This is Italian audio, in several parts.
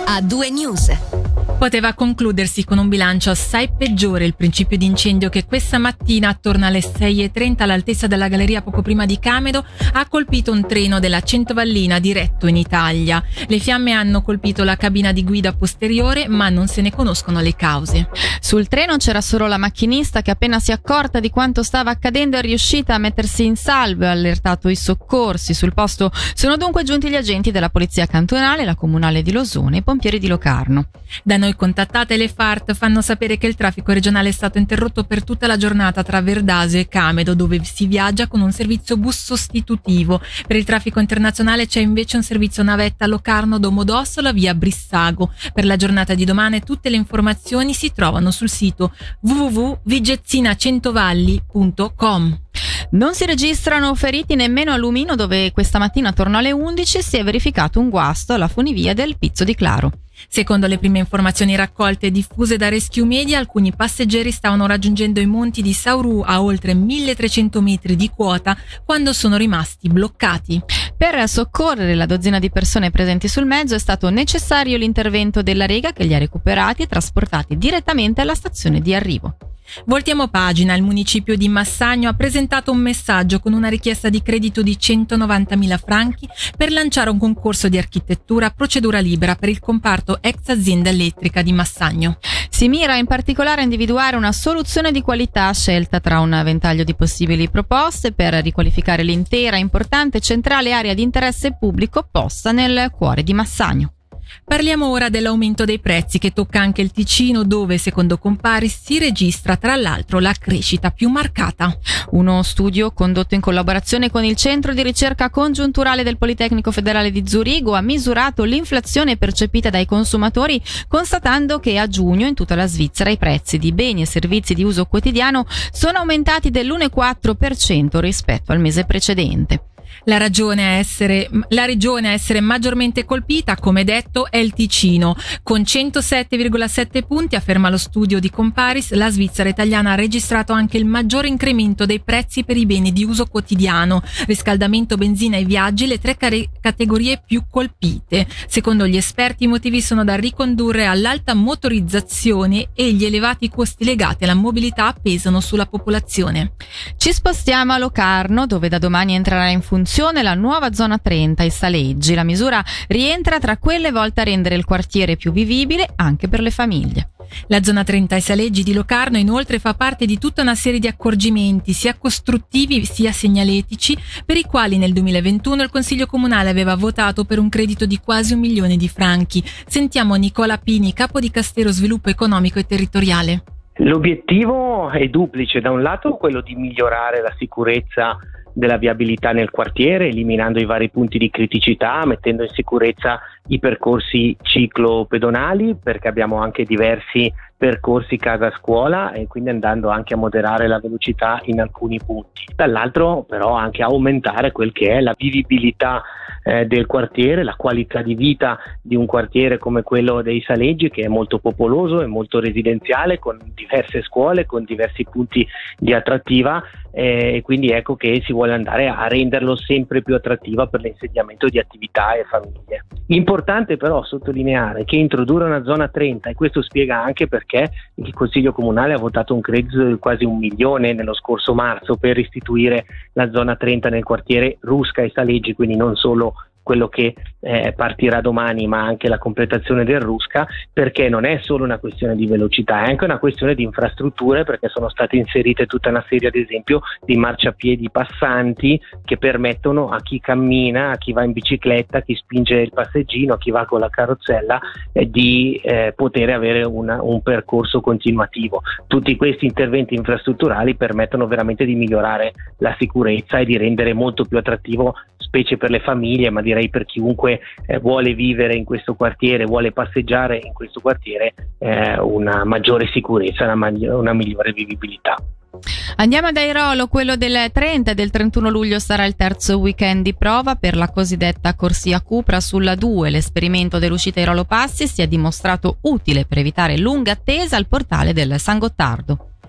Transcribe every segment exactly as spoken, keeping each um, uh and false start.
A due News. Poteva concludersi con un bilancio assai peggiore il principio di incendio che questa mattina, attorno alle sei e trenta, all'altezza della galleria poco prima di Camedo, ha colpito un treno della Centovallina diretto in Italia. Le fiamme hanno colpito la cabina di guida posteriore, ma non se ne conoscono le cause. Sul treno c'era solo la macchinista che, appena si è accorta di quanto stava accadendo, è riuscita a mettersi in salvo e ha allertato i soccorsi. Sul posto sono dunque giunti gli agenti della Polizia Cantonale, la Comunale di Losone e i pompieri di Locarno. Da noi contattate, le F A R T fanno sapere che il traffico regionale è stato interrotto per tutta la giornata tra Verdasio e Camedo, dove si viaggia con un servizio bus sostitutivo. Per il traffico internazionale c'è invece un servizio navetta Locarno-Domodossola via Brissago. Per la giornata di domani tutte le informazioni si trovano sul sito w w w punto vigezzinacentovalli punto com. Non si registrano feriti nemmeno a Lumino, dove questa mattina attorno alle undici si è verificato un guasto alla funivia del Pizzo di Claro. Secondo le prime informazioni raccolte e diffuse da Rescue Media, alcuni passeggeri stavano raggiungendo i monti di Saurù a oltre milletrecento metri di quota quando sono rimasti bloccati. Per soccorrere la dozzina di persone presenti sul mezzo è stato necessario l'intervento della Rega, che li ha recuperati e trasportati direttamente alla stazione di arrivo. Voltiamo pagina. Il municipio di Massagno ha presentato un messaggio con una richiesta di credito di centonovantamila franchi per lanciare un concorso di architettura a procedura libera per il comparto ex azienda elettrica di Massagno. Si mira in particolare a individuare una soluzione di qualità scelta tra un ventaglio di possibili proposte per riqualificare l'intera importante centrale area di interesse pubblico posta nel cuore di Massagno. Parliamo ora dell'aumento dei prezzi che tocca anche il Ticino, dove secondo Comparis si registra tra l'altro la crescita più marcata. Uno studio condotto in collaborazione con il Centro di Ricerca Congiunturale del Politecnico Federale di Zurigo ha misurato l'inflazione percepita dai consumatori, constatando che a giugno in tutta la Svizzera i prezzi di beni e servizi di uso quotidiano sono aumentati dell'uno virgola quattro per cento rispetto al mese precedente. La ragione a essere, la regione a essere maggiormente colpita, come detto, è il Ticino. Con centosette virgola sette punti, afferma lo studio di Comparis, la Svizzera italiana ha registrato anche il maggiore incremento dei prezzi per i beni di uso quotidiano, riscaldamento, benzina e viaggi, le tre care- categorie più colpite. Secondo gli esperti i motivi sono da ricondurre all'alta motorizzazione e gli elevati costi legati alla mobilità pesano sulla popolazione. Ci spostiamo a Locarno, dove da domani entrerà in funzione la nuova zona trenta, i Saleggi. La misura rientra tra quelle volte a rendere il quartiere più vivibile anche per le famiglie. La zona trenta ai Saleggi di Locarno inoltre fa parte di tutta una serie di accorgimenti sia costruttivi sia segnaletici, per i quali nel duemilaventuno il Consiglio Comunale aveva votato per un credito di quasi un milione di franchi. Sentiamo Nicola Pini, capo di Castero Sviluppo Economico e Territoriale. L'obiettivo è duplice: da un lato quello di migliorare la sicurezza della viabilità nel quartiere, eliminando i vari punti di criticità, mettendo in sicurezza i percorsi ciclo-pedonali, perché abbiamo anche diversi percorsi casa-scuola e quindi andando anche a moderare la velocità in alcuni punti. Dall'altro però anche aumentare quel che è la vivibilità eh, del quartiere, la qualità di vita di un quartiere come quello dei Saleggi, che è molto popoloso e molto residenziale, con diverse scuole, con diversi punti di attrattiva, e quindi ecco che si vuole andare a renderlo sempre più attrattiva per l'insediamento di attività e famiglie. Importante però sottolineare che introdurre una zona trenta, e questo spiega anche perché il Consiglio Comunale ha votato un credito di quasi un milione nello scorso marzo per istituire la zona trenta nel quartiere Rusca e Saleggi, quindi non solo quello che eh, partirà domani, ma anche la completazione del Rusca, perché non è solo una questione di velocità, è anche una questione di infrastrutture, perché sono state inserite tutta una serie, ad esempio, di marciapiedi passanti che permettono a chi cammina, a chi va in bicicletta, a chi spinge il passeggino, a chi va con la carrozzella, eh, di eh, poter avere una, un percorso continuativo. Tutti questi interventi infrastrutturali permettono veramente di migliorare la sicurezza e di rendere molto più attrattivo, specie per le famiglie, ma direi per chiunque eh, vuole vivere in questo quartiere, vuole passeggiare in questo quartiere, eh, una maggiore sicurezza, una, maggiore, una migliore vivibilità. Andiamo ad Airolo. Quello del trenta e del trentuno luglio sarà il terzo weekend di prova per la cosiddetta corsia Cupra sulla due. L'esperimento dell'uscita Airolo Passi si è dimostrato utile per evitare lunga attesa al portale del San Gottardo.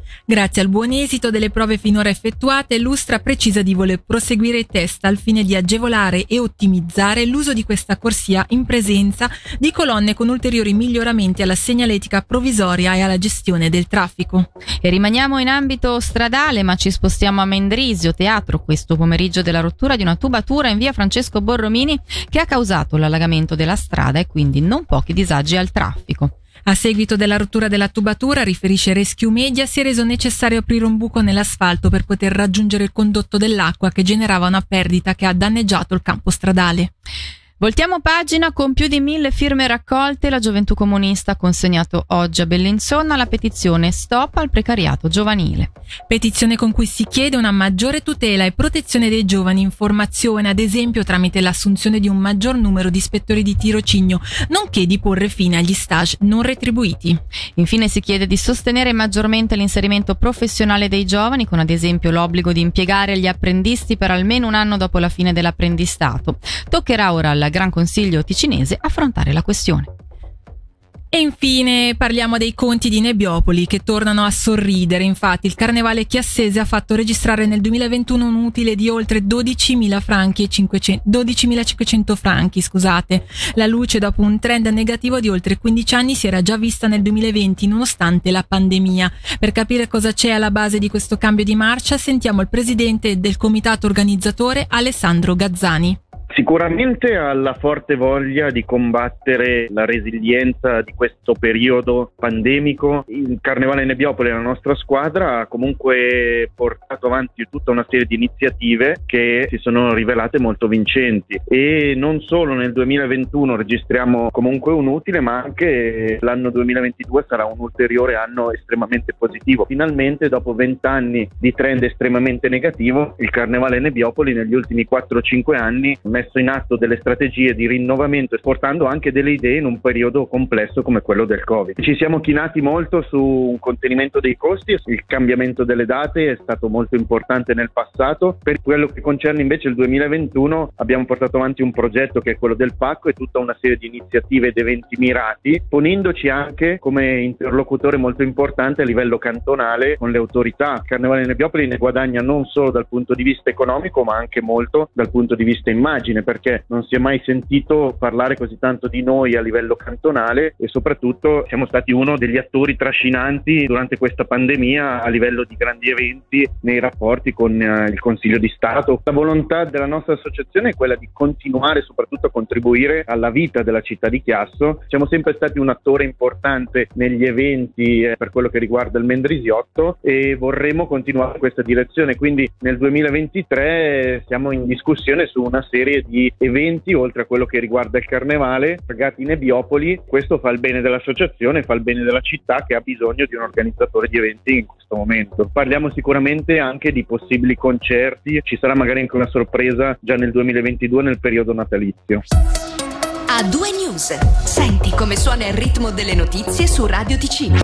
Grazie al buon esito delle prove finora effettuate, l'Ustra precisa di voler proseguire i test al fine di agevolare e ottimizzare l'uso di questa corsia in presenza di colonne con ulteriori miglioramenti alla segnaletica provvisoria e alla gestione del traffico. E rimaniamo in ambito stradale, ma ci spostiamo a Mendrisio, teatro questo pomeriggio della rottura di una tubatura in via Francesco Borromini che ha causato l'allagamento della strada e quindi non pochi disagi al traffico. A seguito della rottura della tubatura, riferisce Rescue Media, si è reso necessario aprire un buco nell'asfalto per poter raggiungere il condotto dell'acqua che generava una perdita che ha danneggiato il campo stradale. Voltiamo pagina. Con più di mille firme raccolte, la Gioventù Comunista ha consegnato oggi a Bellinzona la petizione Stop al precariato giovanile. Petizione con cui si chiede una maggiore tutela e protezione dei giovani in formazione, ad esempio tramite l'assunzione di un maggior numero di ispettori di tirocinio, nonché di porre fine agli stage non retribuiti. Infine si chiede di sostenere maggiormente l'inserimento professionale dei giovani, con ad esempio l'obbligo di impiegare gli apprendisti per almeno un anno dopo la fine dell'apprendistato. Toccherà ora alla Gran Consiglio ticinese affrontare la questione. E infine parliamo dei conti di Nebbiopoli che tornano a sorridere. Infatti il carnevale chiassese ha fatto registrare nel duemilaventuno un utile di oltre dodicimila franchi e cinquecento, dodicimilacinquecento franchi, scusate. La luce dopo un trend negativo di oltre quindici anni si era già vista nel duemilaventi nonostante la pandemia. Per capire cosa c'è alla base di questo cambio di marcia sentiamo il presidente del comitato organizzatore Alessandro Gazzani. Sicuramente alla forte voglia di combattere la resilienza di questo periodo pandemico. Il Carnevale Nebbiopoli, la nostra squadra, ha comunque portato avanti tutta una serie di iniziative che si sono rivelate molto vincenti e non solo nel duemilaventuno registriamo comunque un utile, ma anche l'anno duemilaventidue sarà un ulteriore anno estremamente positivo. Finalmente, dopo vent'anni di trend estremamente negativo, il Carnevale Nebbiopoli negli ultimi quattro cinque anni messo in atto delle strategie di rinnovamento e portando anche delle idee in un periodo complesso come quello del Covid. Ci siamo chinati molto su un contenimento dei costi, il cambiamento delle date è stato molto importante nel passato. Per quello che concerne invece il duemilaventuno abbiamo portato avanti un progetto che è quello del pacco e tutta una serie di iniziative ed eventi mirati, ponendoci anche come interlocutore molto importante a livello cantonale con le autorità. Il Carnevale Nebbiopoli ne guadagna non solo dal punto di vista economico ma anche molto dal punto di vista immagine, perché non si è mai sentito parlare così tanto di noi a livello cantonale e soprattutto siamo stati uno degli attori trascinanti durante questa pandemia a livello di grandi eventi nei rapporti con eh, il Consiglio di Stato. La volontà della nostra associazione è quella di continuare soprattutto a contribuire alla vita della città di Chiasso. Siamo sempre stati un attore importante negli eventi eh, per quello che riguarda il Mendrisiotto e vorremmo continuare in questa direzione, quindi nel duemilaventitré siamo in discussione su una serie di eventi oltre a quello che riguarda il carnevale pagati in Nebbiopoli. Questo fa il bene dell'associazione, fa il bene della città che ha bisogno di un organizzatore di eventi in questo momento. Parliamo sicuramente anche di possibili concerti, ci sarà magari anche una sorpresa già nel duemilaventidue nel periodo natalizio. A due News, senti come suona il ritmo delle notizie su Radio Ticino.